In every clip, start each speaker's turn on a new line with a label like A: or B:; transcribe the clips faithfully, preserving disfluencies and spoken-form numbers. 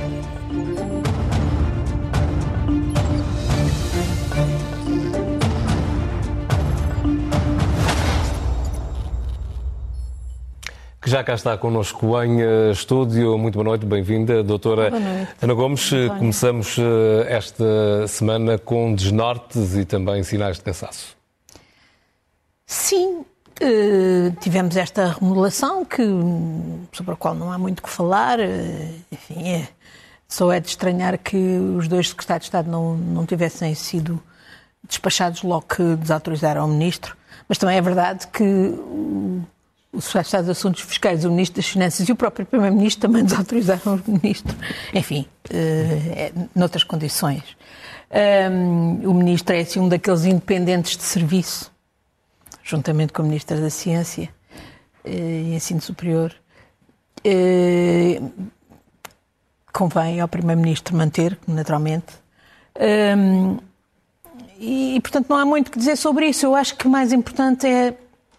A: Que já cá está connosco em uh, estúdio. Muito boa noite, bem-vinda, doutora Ana Gomes. Começamos uh, esta semana com desnortes e também sinais de cansaço.
B: Sim, uh, tivemos esta remodelação que, sobre a qual não há muito o que falar. Uh, enfim, é, só é de estranhar que os dois secretários de Estado não, não tivessem sido despachados logo que desautorizaram o ministro. Mas também é verdade que o O secretário de Estado dos Assuntos Fiscais, o Ministro das Finanças e o próprio Primeiro-Ministro também desautorizaram o Ministro. Enfim, é, noutras condições. Um, o Ministro é assim, um daqueles independentes de serviço, juntamente com o Ministro da Ciência e Ensino Superior. Uh, convém ao Primeiro-Ministro manter, naturalmente. Um, e, portanto, não há muito o que dizer sobre isso. Eu acho que o mais importante é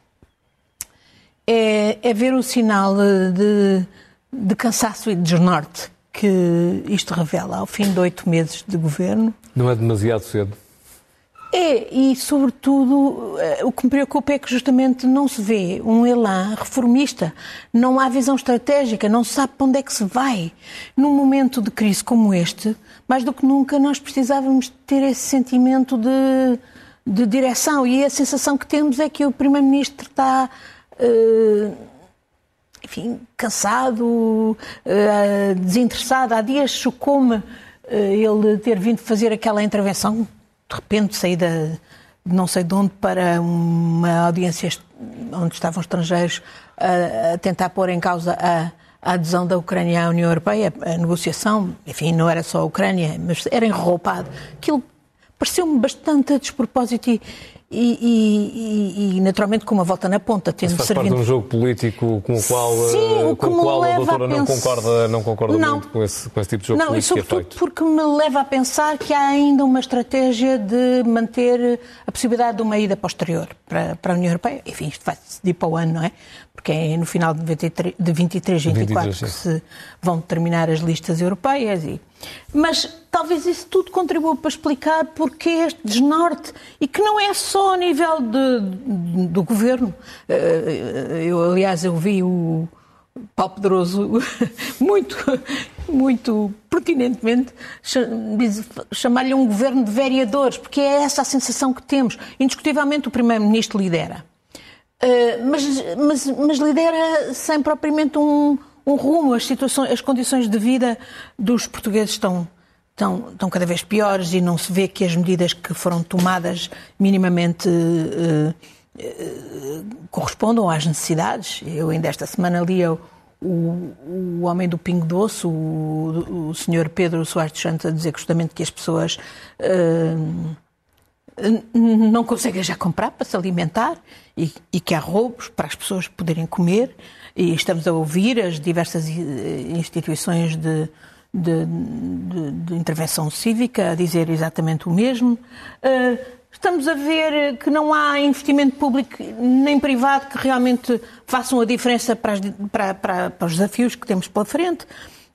B: É, é ver o sinal de, de cansaço e de desnorte que isto revela ao fim de oito meses de governo.
A: Não é demasiado cedo?
B: É, e sobretudo o que me preocupa é que justamente não se vê um elan reformista, não há visão estratégica, não se sabe para onde é que se vai. Num momento de crise como este, mais do que nunca nós precisávamos ter esse sentimento de, de direção, e a sensação que temos é que o Primeiro-Ministro está Uh, enfim, cansado, uh, desinteressado. Há dias chocou-me uh, ele ter vindo fazer aquela intervenção, de repente saída de não sei de onde para uma audiência onde estavam estrangeiros uh, a tentar pôr em causa a, a adesão da Ucrânia à União Europeia, a negociação. Enfim, não era só a Ucrânia, mas era enroupado. Aquilo pareceu-me bastante a despropósito e E, e, e, naturalmente, com uma volta na ponta. Tendo
A: Isso faz
B: servindo...
A: parte de um jogo político com o qual,
B: Sim, o
A: com o qual a doutora
B: a
A: não
B: pens...
A: concorda, não concorda
B: não.
A: muito com esse, com esse tipo de jogo
B: não,
A: político
B: e sobretudo
A: que é feito.
B: Porque me leva a pensar que há ainda uma estratégia de manter a possibilidade de uma ida posterior para, para a União Europeia. Enfim, isto vai se decidir para o ano, não é? Porque é no final de vinte e três, de vinte e três, vinte e quatro que se vão determinar as listas europeias. E... Mas talvez isso tudo contribua para explicar porque este desnorte, e que não é só a nível de, de, do governo. Eu, aliás, eu vi o Paulo Pedroso muito, muito pertinentemente chamar-lhe um governo de vereadores, porque é essa a sensação que temos. Indiscutivelmente o Primeiro-Ministro lidera. Uh, mas, mas, mas lidera sem propriamente um, um rumo. As, situações, as condições de vida dos portugueses estão, estão, estão cada vez piores e não se vê que as medidas que foram tomadas minimamente uh, uh, correspondam às necessidades. Eu ainda esta semana li o, o, o homem do Pingo Doce, o, o senhor Pedro Soares dos Santos, a dizer justamente que as pessoas Uh, não conseguem já comprar para se alimentar e, e que há roubos para as pessoas poderem comer, e estamos a ouvir as diversas instituições de, de, de, de intervenção cívica a dizer exatamente o mesmo. Uh, estamos a ver que não há investimento público nem privado que realmente façam a diferença para, as, para, para, para os desafios que temos pela frente.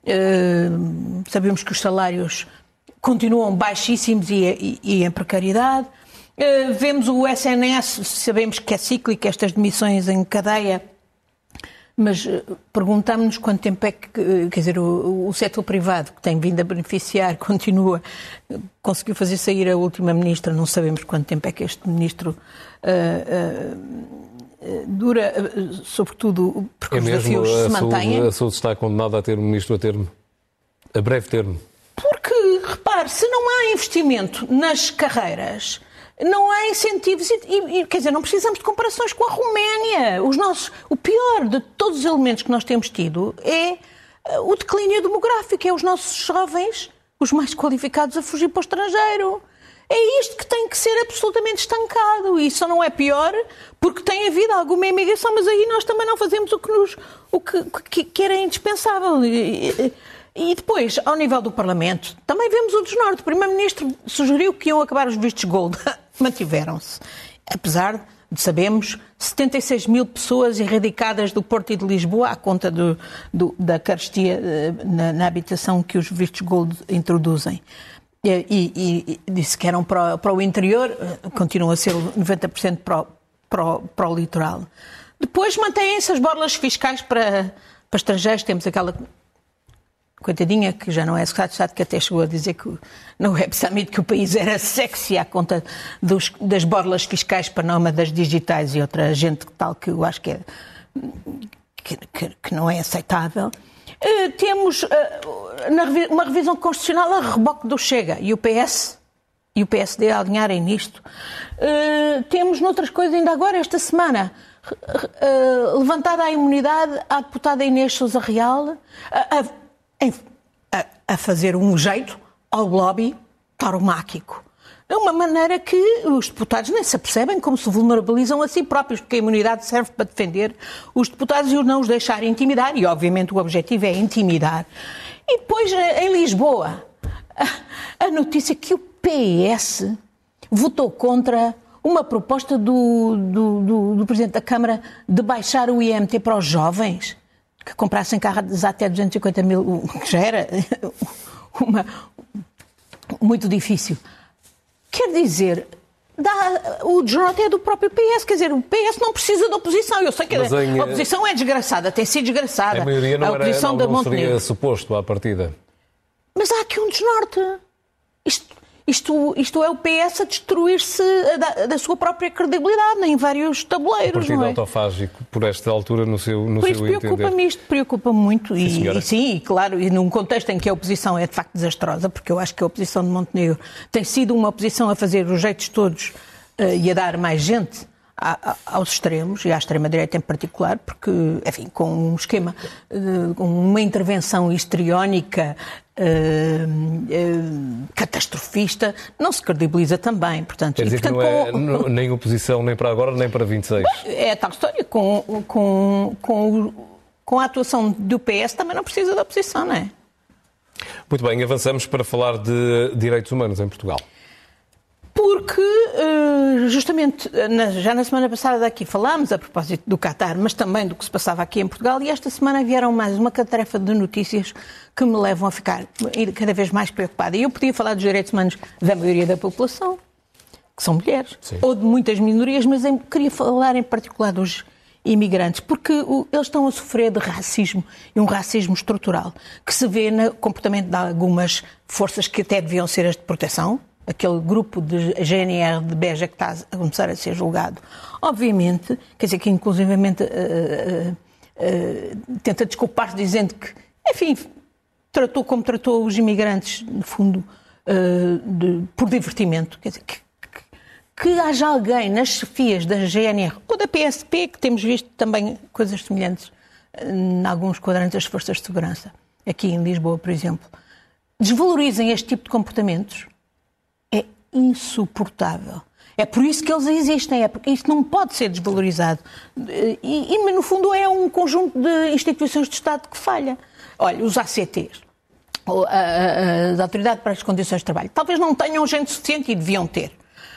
B: Uh, sabemos que os salários continuam baixíssimos e, e, e em precariedade. Uh, vemos o S N S, sabemos que é cíclico, estas demissões em cadeia, mas uh, perguntamos-nos quanto tempo é que, uh, quer dizer, o, o setor privado que tem vindo a beneficiar continua, uh, conseguiu fazer sair a última ministra, não sabemos quanto tempo é que este ministro uh, uh, dura, uh, sobretudo porque
A: é
B: os
A: mesmo,
B: desafios se mantêm.
A: Saúde, a saúde está condenada a ter um ministro a termo, a breve termo.
B: Porque, repare, se não há investimento nas carreiras, não há incentivos e, e, quer dizer, não precisamos de comparações com a Roménia. Os nossos, o pior de todos os elementos que nós temos tido é o declínio demográfico, é os nossos jovens, os mais qualificados, a fugir para o estrangeiro. É isto que tem que ser absolutamente estancado, e só não é pior porque tem havido alguma imigração, mas aí nós também não fazemos o que, nos, o que, que, que era indispensável. E, E depois, ao nível do Parlamento, também vemos o desnorte. O Primeiro-Ministro sugeriu que iam acabar os vistos gold. Mantiveram-se. Apesar sabemos, setenta e seis mil pessoas erradicadas do Porto e de Lisboa à conta do, do, da carestia na, na habitação que os vistos gold introduzem. E, e, e disse que eram para, para o interior, continuam a ser noventa por cento para o, para o, para o litoral. Depois mantêm-se as borlas fiscais para, para estrangeiros. Temos aquela coitadinha que já não é secretária de Estado, que até chegou a dizer que no Web Summit que o país era sexy à conta dos, das borlas fiscais para nómadas digitais e outra gente tal que eu acho que, é, que, que, que não é aceitável. Uh, temos uh, na, uma revisão constitucional a reboque do Chega e o P S e o P S D a alinharem nisto. Uh, temos noutras coisas ainda agora, esta semana, uh, levantada a imunidade à deputada Inês Sousa Real a, a, a fazer um jeito ao lobby tauromáquico. De uma maneira que os deputados nem se apercebem como se vulnerabilizam a si próprios, porque a imunidade serve para defender os deputados e os não os deixar intimidar, e obviamente o objetivo é intimidar. E depois, em Lisboa, a, a notícia que o P S votou contra uma proposta do, do, do, do Presidente da Câmara de baixar o I M T para os jovens, que comprassem carros até duzentos e cinquenta mil, que já era uma, muito difícil. Quer dizer, dá, o desnorte é do próprio P S, quer dizer, o P S não precisa da oposição. Eu sei que a, em, a oposição é desgraçada, tem sido desgraçada.
A: A maioria não,
B: a oposição
A: era, não,
B: da
A: não seria
B: Montenegro.
A: suposto à partida.
B: Mas há aqui um desnorte. Isto, isto, isto é o P S a destruir-se da, da sua própria credibilidade em vários tabuleiros.
A: O partido
B: não é?
A: Autofágico, por esta altura, no seu, no
B: por
A: seu
B: isso
A: entender.
B: preocupa-me isto, preocupa muito.
A: Sim,
B: e,
A: senhora.
B: e sim, claro, e num contexto em que a oposição é de facto desastrosa, porque eu acho que a oposição de Montenegro tem sido uma oposição a fazer os jeitos todos uh, e a dar mais gente a, a, aos extremos, e à extrema-direita em particular, porque, enfim, com um esquema, uh, com uma intervenção histriónica, Uh, uh, catastrofista, não se credibiliza também. Portanto,
A: Quer dizer
B: e, portanto,
A: que não é
B: com,
A: nem oposição nem para agora, nem para vinte e seis.
B: É a tal história. Com, com, com, com a atuação do P S também não precisa da oposição, não é?
A: Muito bem, avançamos para falar de direitos humanos em Portugal.
B: Porque, justamente, já na semana passada aqui falámos a propósito do Qatar, mas também do que se passava aqui em Portugal, e esta semana vieram mais uma catrafa de notícias que me levam a ficar cada vez mais preocupada. E eu podia falar dos direitos humanos da maioria da população, que são mulheres, Sim. ou de muitas minorias, mas eu queria falar em particular dos imigrantes, porque eles estão a sofrer de racismo, e um racismo estrutural, que se vê no comportamento de algumas forças que até deviam ser as de proteção, aquele grupo de G N R de Beja que está a começar a ser julgado. Obviamente, quer dizer, que inclusivamente uh, uh, uh, tenta desculpar-se dizendo que, enfim, tratou como tratou os imigrantes, no fundo, uh, de, por divertimento. Quer dizer, que, que, que haja alguém nas chefias da G N R ou da P S P, que temos visto também coisas semelhantes uh, em alguns quadrantes das forças de segurança, aqui em Lisboa, por exemplo, desvalorizem este tipo de comportamentos. É insuportável. É por isso que eles existem, é porque isto não pode ser desvalorizado. E, e no fundo, é um conjunto de instituições de Estado que falha. Olha, os A C Ts, a, a, a Autoridade para as Condições de Trabalho, talvez não tenham gente suficiente e deviam ter.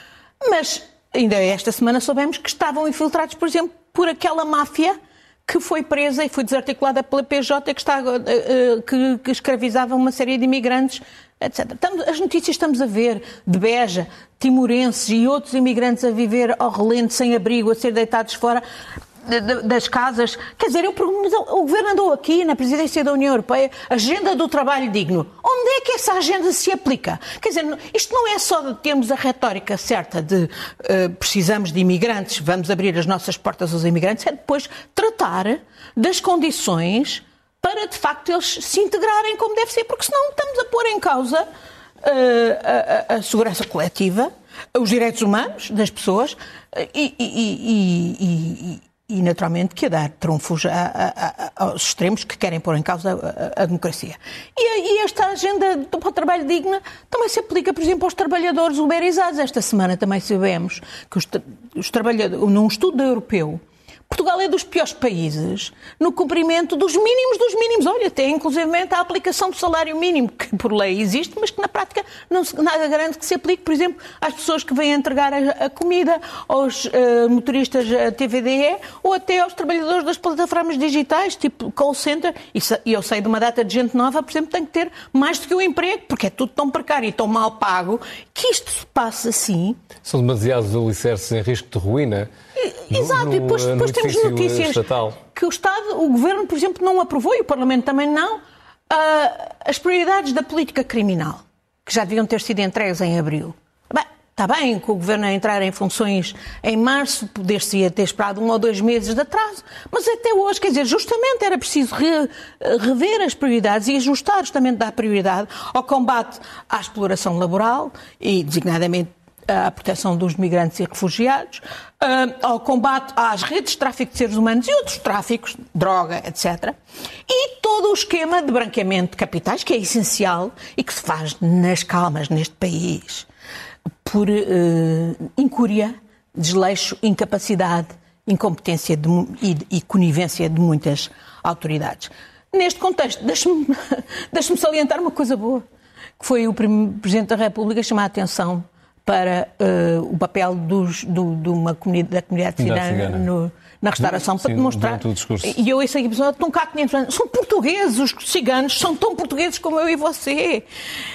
B: Mas ainda esta semana soubemos que estavam infiltrados, por exemplo, por aquela máfia que foi presa e foi desarticulada pela P J, que, está, que, que escravizava uma série de imigrantes, etcétera. As notícias estamos a ver de Beja, timorenses e outros imigrantes a viver ao relento, sem abrigo, a ser deitados fora das casas. Quer dizer, eu pergunto, o Governo andou aqui na Presidência da União Europeia, agenda do trabalho digno. Onde é que essa agenda se aplica? Quer dizer, isto não é só de termos a retórica certa de uh, precisamos de imigrantes, vamos abrir as nossas portas aos imigrantes, é depois tratar das condições para, de facto, eles se integrarem como deve ser, porque senão estamos a pôr em causa uh, a, a, a segurança coletiva, os direitos humanos das pessoas e, e, e, e, e naturalmente, que a dar trunfos a, a, a, aos extremos que querem pôr em causa a, a, a democracia. E, e esta agenda para o trabalho digno também se aplica, por exemplo, aos trabalhadores uberizados. Esta semana também sabemos que os, os trabalhadores, num estudo europeu, Portugal é dos piores países no cumprimento dos mínimos dos mínimos. Olha, até inclusivamente a aplicação do salário mínimo, que por lei existe, mas que na prática não se, nada garante que se aplique, por exemplo, às pessoas que vêm entregar a, a comida, aos uh, motoristas T V D E ou até aos trabalhadores das plataformas digitais, tipo call center. E eu sei de uma data de gente nova, por exemplo, tem que ter mais do que um emprego, porque é tudo tão precário e tão mal pago, que isto se passa assim.
A: São demasiados alicerces em risco de ruína.
B: Exato,
A: no,
B: e depois, depois
A: no
B: temos notícias
A: estatal.
B: Que o Estado, o Governo, por exemplo, não aprovou, e o Parlamento também não, uh, as prioridades da política criminal, que já deviam ter sido entregues em abril. Bem, está bem que o Governo a entrar em funções em março, poder-se ter esperado um ou dois meses de atraso, mas até hoje, quer dizer, justamente era preciso re, rever as prioridades e ajustar justamente dar prioridade ao combate à exploração laboral e, designadamente, à proteção dos migrantes e refugiados, ao combate às redes de tráfico de seres humanos e outros tráficos, droga, etcétera. E todo o esquema de branqueamento de capitais, que é essencial e que se faz nas calmas neste país, por uh, incúria, desleixo, incapacidade, incompetência de, e, e conivência de muitas autoridades. Neste contexto, deixe-me deixe-me salientar uma coisa boa, que foi o Presidente da República chamar a atenção para uh, o papel dos, do, de uma comunidade, da comunidade cigana no, na restauração,
A: sim,
B: para demonstrar. E eu esse episódio, estão cá quinhentos anos, são portugueses, os ciganos são tão portugueses como eu e você.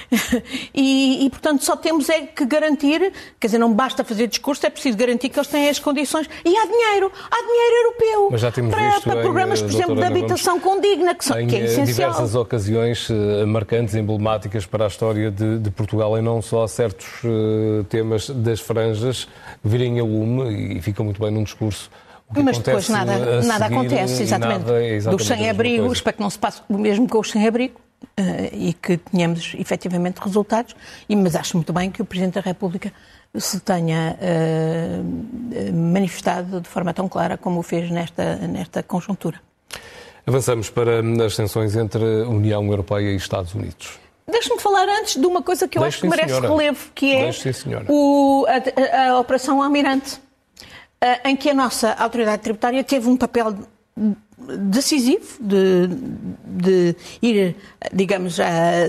B: E, e, portanto, só temos é que garantir, quer dizer, não basta fazer discurso, é preciso garantir que eles têm as condições. E há dinheiro, há dinheiro europeu.
A: Mas já temos
B: para,
A: visto
B: para
A: em,
B: programas, por exemplo, de habitação condigna, que, são,
A: em
B: que é essencial.
A: diversas ocasiões uh, marcantes, emblemáticas para a história de, de Portugal, e não só certos uh, temas das franjas virem a lume, e fica muito bem num discurso.
B: Mas depois nada, nada acontece, exatamente. Nada é exatamente dos sem-abrigo, espero que não se passe o mesmo com os sem-abrigo uh, e que tenhamos efetivamente resultados, e, mas acho muito bem que o Presidente da República se tenha uh, manifestado de forma tão clara como o fez nesta, nesta conjuntura.
A: Avançamos para as tensões entre a União Europeia e Estados Unidos.
B: Deixe-me falar antes de uma coisa que eu
A: Deixe
B: acho que merece
A: senhora.
B: relevo, que é
A: Deixe,
B: o, a, a, a Operação Almirante, em que a nossa autoridade tributária teve um papel decisivo de, de ir, digamos, a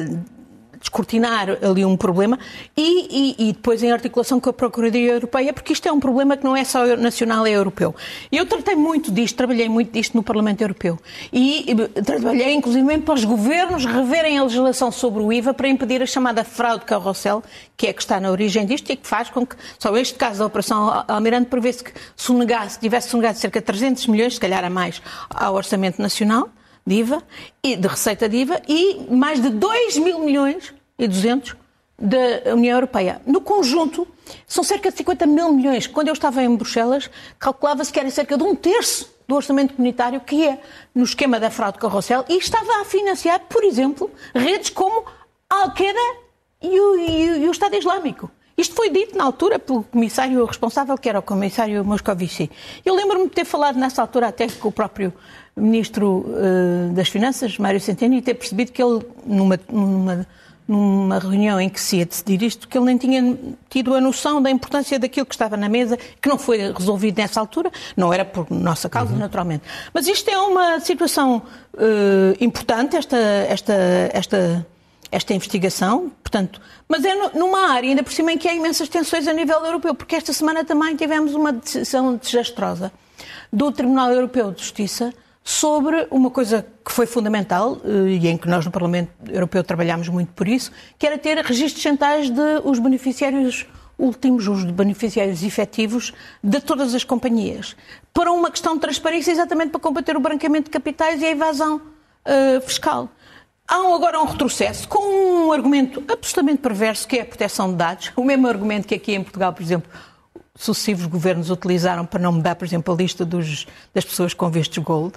B: descortinar ali um problema e, e, e depois em articulação com a Procuradoria Europeia, porque isto é um problema que não é só nacional, é europeu. Eu tratei muito disto, trabalhei muito disto no Parlamento Europeu e, e trabalhei inclusive para os governos reverem a legislação sobre o I V A para impedir a chamada fraude carrossel, que é que está na origem disto e que faz com que, só este caso da Operação Almirante, prevê-se que sonegasse, tivesse sonegado cerca de trezentos milhões, se calhar a mais, ao Orçamento Nacional de I V A, e de receita de I V A, e mais de dois mil milhões e duzentos da União Europeia. No conjunto, são cerca de cinquenta mil milhões. Quando eu estava em Bruxelas, calculava-se que era cerca de um terço do orçamento comunitário que é no esquema da fraude carrossel e estava a financiar, por exemplo, redes como a Al-Qaeda e o, e, e o Estado Islâmico. Isto foi dito na altura pelo comissário responsável, que era o comissário Moscovici. Eu lembro-me de ter falado nessa altura até com o próprio ministro uh, das Finanças, Mário Centeno, e ter percebido que ele, numa, numa, numa reunião em que se ia decidir isto, que ele nem tinha tido a noção da importância daquilo que estava na mesa, que não foi resolvido nessa altura, não era por nossa causa, uhum. naturalmente. Mas isto é uma situação uh, importante, esta... esta, esta esta investigação, portanto, mas é numa área, ainda por cima, em que há imensas tensões a nível europeu, porque esta semana também tivemos uma decisão desastrosa do Tribunal Europeu de Justiça sobre uma coisa que foi fundamental e em que nós no Parlamento Europeu trabalhámos muito por isso, que era ter registros centrais de os beneficiários últimos, os beneficiários efetivos de todas as companhias, para uma questão de transparência, exatamente para combater o branqueamento de capitais e a evasão uh, fiscal. Há agora um retrocesso com um argumento absolutamente perverso, que é a proteção de dados. O mesmo argumento que aqui em Portugal, por exemplo, sucessivos governos utilizaram para não mudar, por exemplo, a lista dos, das pessoas com vistos gold.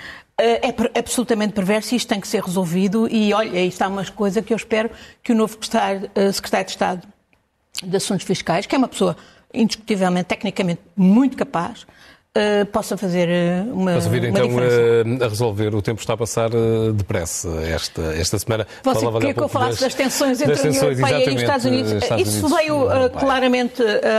B: É absolutamente perverso e isto tem que ser resolvido. E, olha, isto é uma coisa que eu espero que o novo secretário de Estado de Assuntos Fiscais, que é uma pessoa indiscutivelmente, tecnicamente, muito capaz, uh, possa fazer uma,
A: possa vir,
B: uma
A: então,
B: diferença.
A: A resolver. O tempo está a passar uh, depressa esta, esta semana.
B: Você queria que eu falasse das, das tensões entre a União Europeia e os Estados Unidos? Estados Isso Unidos, veio uh, claramente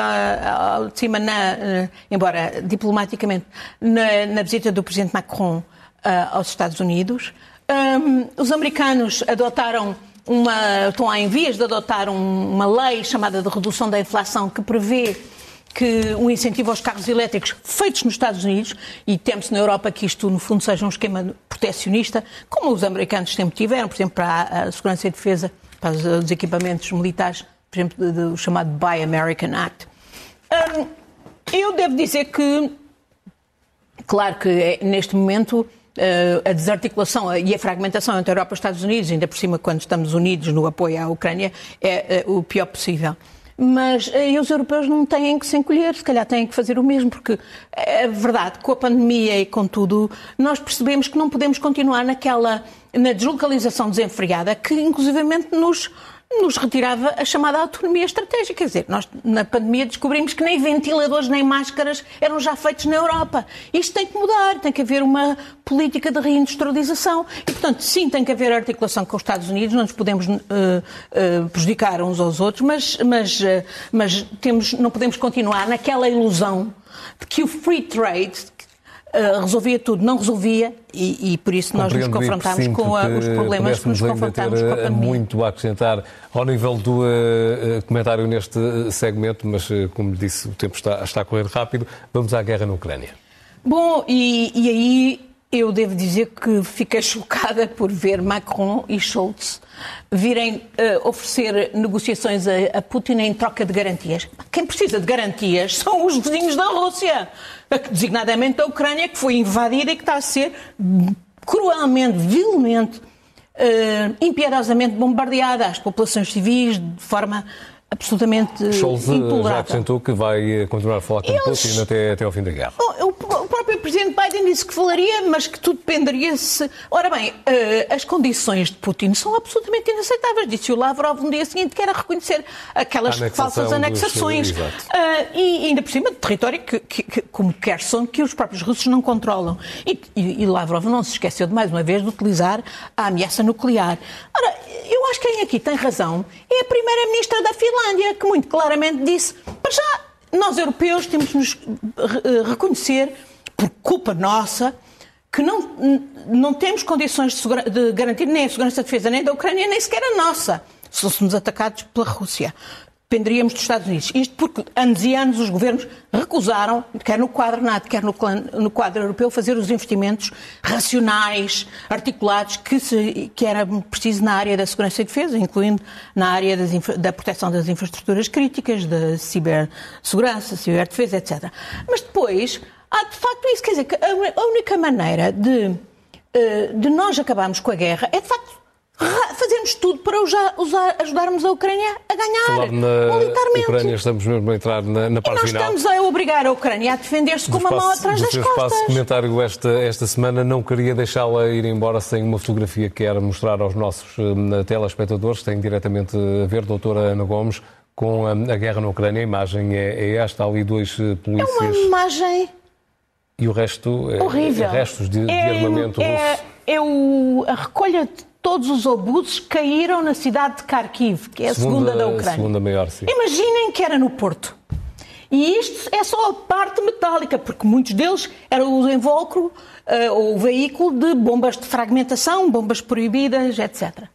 B: uh, de cima, na, uh, embora diplomaticamente, na, na visita do Presidente Macron uh, aos Estados Unidos. Um, os americanos adotaram uma, estão em vias de adotar um, uma lei chamada de redução da inflação que prevê que um incentivo aos carros elétricos feitos nos Estados Unidos, e teme-se na Europa que isto, no fundo, seja um esquema protecionista, como os americanos sempre tiveram, por exemplo, para a segurança e defesa, para os equipamentos militares, por exemplo, do, do chamado Buy American Act. Um, eu devo dizer que, claro que é, neste momento, uh, a desarticulação e a fragmentação entre a Europa e os Estados Unidos, ainda por cima quando estamos unidos no apoio à Ucrânia, é uh, o pior possível. Mas eh, os europeus não têm que se encolher, se calhar têm que fazer o mesmo, porque é verdade, com a pandemia e com tudo, nós percebemos que não podemos continuar naquela, na deslocalização desenfreada que inclusivamente nos, nos retirava a chamada autonomia estratégica. Quer dizer, nós na pandemia descobrimos que nem ventiladores nem máscaras eram já feitos na Europa. Isto tem que mudar, tem que haver uma política de reindustrialização e, portanto, sim, tem que haver articulação com os Estados Unidos, não nos podemos uh, uh, prejudicar uns aos outros, mas, mas, uh, mas temos, não podemos continuar naquela ilusão de que o free trade Uh, resolvia tudo, não resolvia e, e por isso nós nos confrontamos com a, os problemas que nos confrontamos com a pandemia.
A: Muito a acrescentar ao nível do uh, comentário neste segmento, mas uh, como disse, o tempo está, está a correr rápido. Vamos à guerra na Ucrânia.
B: Bom, e, e aí eu devo dizer que fiquei chocada por ver Macron e Scholz virem uh, oferecer negociações a, a Putin em troca de garantias. Quem precisa de garantias são os vizinhos da Rússia, designadamente da Ucrânia, que foi invadida e que está a ser cruelmente, vilmente, uh, impiedosamente bombardeada às populações civis de forma absolutamente
A: Scholz
B: intolerável.
A: Já acrescentou que vai continuar a falar com Eles... Putin até, até ao fim da guerra.
B: O, o próprio Presidente Biden disse que falaria, mas que tudo dependeria se... Ora bem, uh, as condições de Putin são absolutamente inaceitáveis. Disse o Lavrov no dia seguinte que era reconhecer aquelas falsas anexações. Dos... Uh, e ainda por cima de território que, que, que, como Kherson, que os próprios russos não controlam. E, e, e Lavrov não se esqueceu de, mais uma vez, de utilizar a ameaça nuclear. Ora, eu acho que quem aqui tem razão é a Primeira-Ministra da Finlândia, que muito claramente disse, para já, nós europeus temos de nos reconhecer, por culpa nossa, que não, não temos condições de, segura, de garantir nem a segurança de defesa nem da Ucrânia, nem sequer a nossa, se fôssemos atacados pela Rússia. Dependeríamos dos Estados Unidos. Isto porque anos e anos os governos recusaram, quer no quadro NATO, quer no, no quadro europeu, fazer os investimentos racionais, articulados, que, se, que era preciso na área da segurança e defesa, incluindo na área das, da proteção das infraestruturas críticas, da cibersegurança, ciberdefesa, etcétera. Mas depois, há de facto isso. Quer dizer, que a única maneira de, de nós acabarmos com a guerra é, de facto, fazermos tudo para usar, usar, ajudarmos a Ucrânia a ganhar
A: na
B: militarmente.
A: Ucrânia, estamos mesmo a entrar na, na parte
B: e nós
A: final.
B: Estamos a obrigar a Ucrânia a defender-se com uma mão atrás das costas. Do seu espaço
A: comentário esta, esta semana, não queria deixá-la ir embora sem uma fotografia que quer mostrar aos nossos uh, telespectadores, tem diretamente a ver, doutora Ana Gomes, com a, a guerra na Ucrânia. A imagem é, é esta, há ali dois uh, polícias.
B: É uma imagem...
A: E o resto é,
B: horrível.
A: É restos de,
B: é,
A: de armamento
B: é,
A: russo.
B: É o, a recolha de todos os obuses que caíram na cidade de Kharkiv, que é a segunda, segunda da Ucrânia.
A: Segunda maior, sim.
B: Imaginem que era no Porto. E isto é só a parte metálica, porque muitos deles eram o invólucro uh, ou o veículo de bombas de fragmentação, bombas proibidas, etcétera.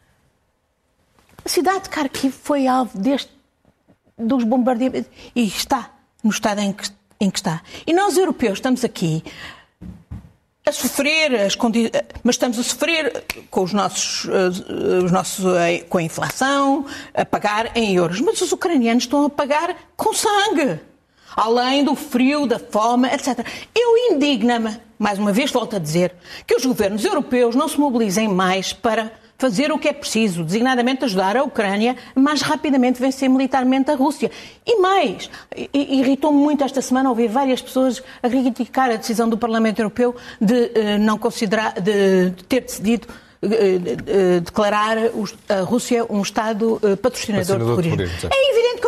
B: A cidade de Kharkiv foi alvo deste, dos bombardeamentos e está no estado em que, em que está. E nós, europeus, estamos aqui a sofrer, as condi... mas estamos a sofrer com os nossos, os nossos, com a inflação, a pagar em euros. Mas os ucranianos estão a pagar com sangue, além do frio, da fome, etcétera. Eu indigna-me, mais uma vez volto a dizer, que os governos europeus não se mobilizem mais para fazer o que é preciso, designadamente ajudar a Ucrânia a mais rapidamente vencer militarmente a Rússia. E mais, irritou-me muito esta semana ouvir várias pessoas a criticar a decisão do Parlamento Europeu de uh, não considerar, de, de ter decidido uh, uh, declarar a Rússia um Estado uh, patrocinador, patrocinador de terrorismo. É evidente que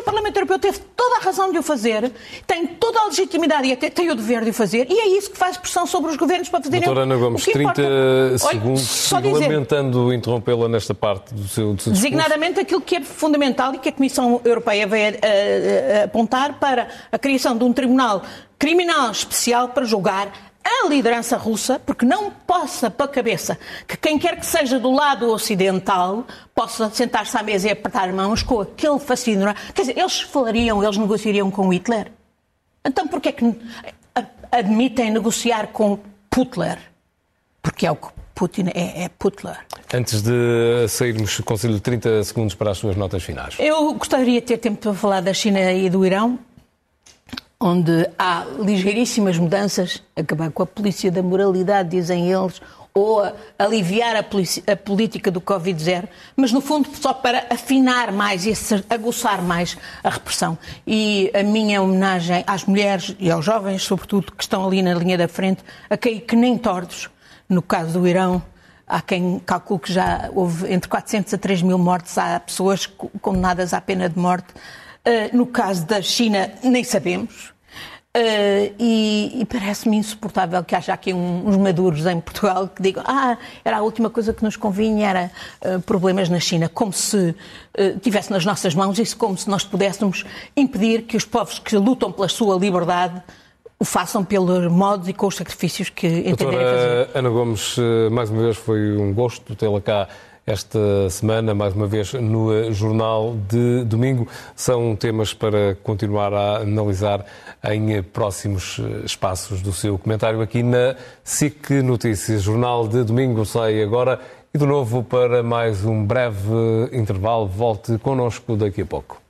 B: Parlamento Europeu teve toda a razão de o fazer, tem toda a legitimidade e até tem o dever de o fazer, e é isso que faz pressão sobre os governos para fazerem
A: Doutora Ana Gomes,
B: o que
A: trinta
B: importa.
A: segundos,
B: Olha,
A: lamentando interrompê-la nesta parte do seu, do seu discurso.
B: Designadamente aquilo que é fundamental e que a Comissão Europeia vai a, a, a apontar para a criação de um tribunal criminal especial para julgar a liderança russa, porque não possa para a cabeça que quem quer que seja do lado ocidental possa sentar-se à mesa e apertar mãos com aquele fascínio. Quer dizer, eles falariam, eles negociariam com Hitler. Então porquê é que admitem negociar com Putler? Porque é o que Putin é, é Putler.
A: Antes de sairmos, conselho trinta segundos para as suas notas finais.
B: Eu gostaria de ter tempo para falar da China e do Irão, onde há ligeiríssimas mudanças, acabar com a polícia da moralidade, dizem eles, ou a aliviar a, polícia, a política do Covid zero, mas no fundo só para afinar mais e aguçar mais a repressão. E a minha homenagem às mulheres e aos jovens, sobretudo, que estão ali na linha da frente, a cair que nem tordos. No caso do Irão, há quem calcule que já houve entre quatrocentos a três mil mortes, há pessoas condenadas à pena de morte. Uh, no caso da China, nem sabemos. Uh, e, e parece-me insuportável que haja aqui um, uns maduros em Portugal que digam ah, era a última coisa que nos convinha, era uh, problemas na China, como se uh, tivesse nas nossas mãos e como se nós pudéssemos impedir que os povos que lutam pela sua liberdade o façam pelos modos e com os sacrifícios que entenderem fazer.
A: Ana Gomes, mais uma vez foi um gosto tê-la cá esta semana, mais uma vez no Jornal de Domingo. São temas para continuar a analisar em próximos espaços do seu comentário aqui na S I C Notícias. Jornal de Domingo sai agora e de novo para mais um breve intervalo. Volte connosco daqui a pouco.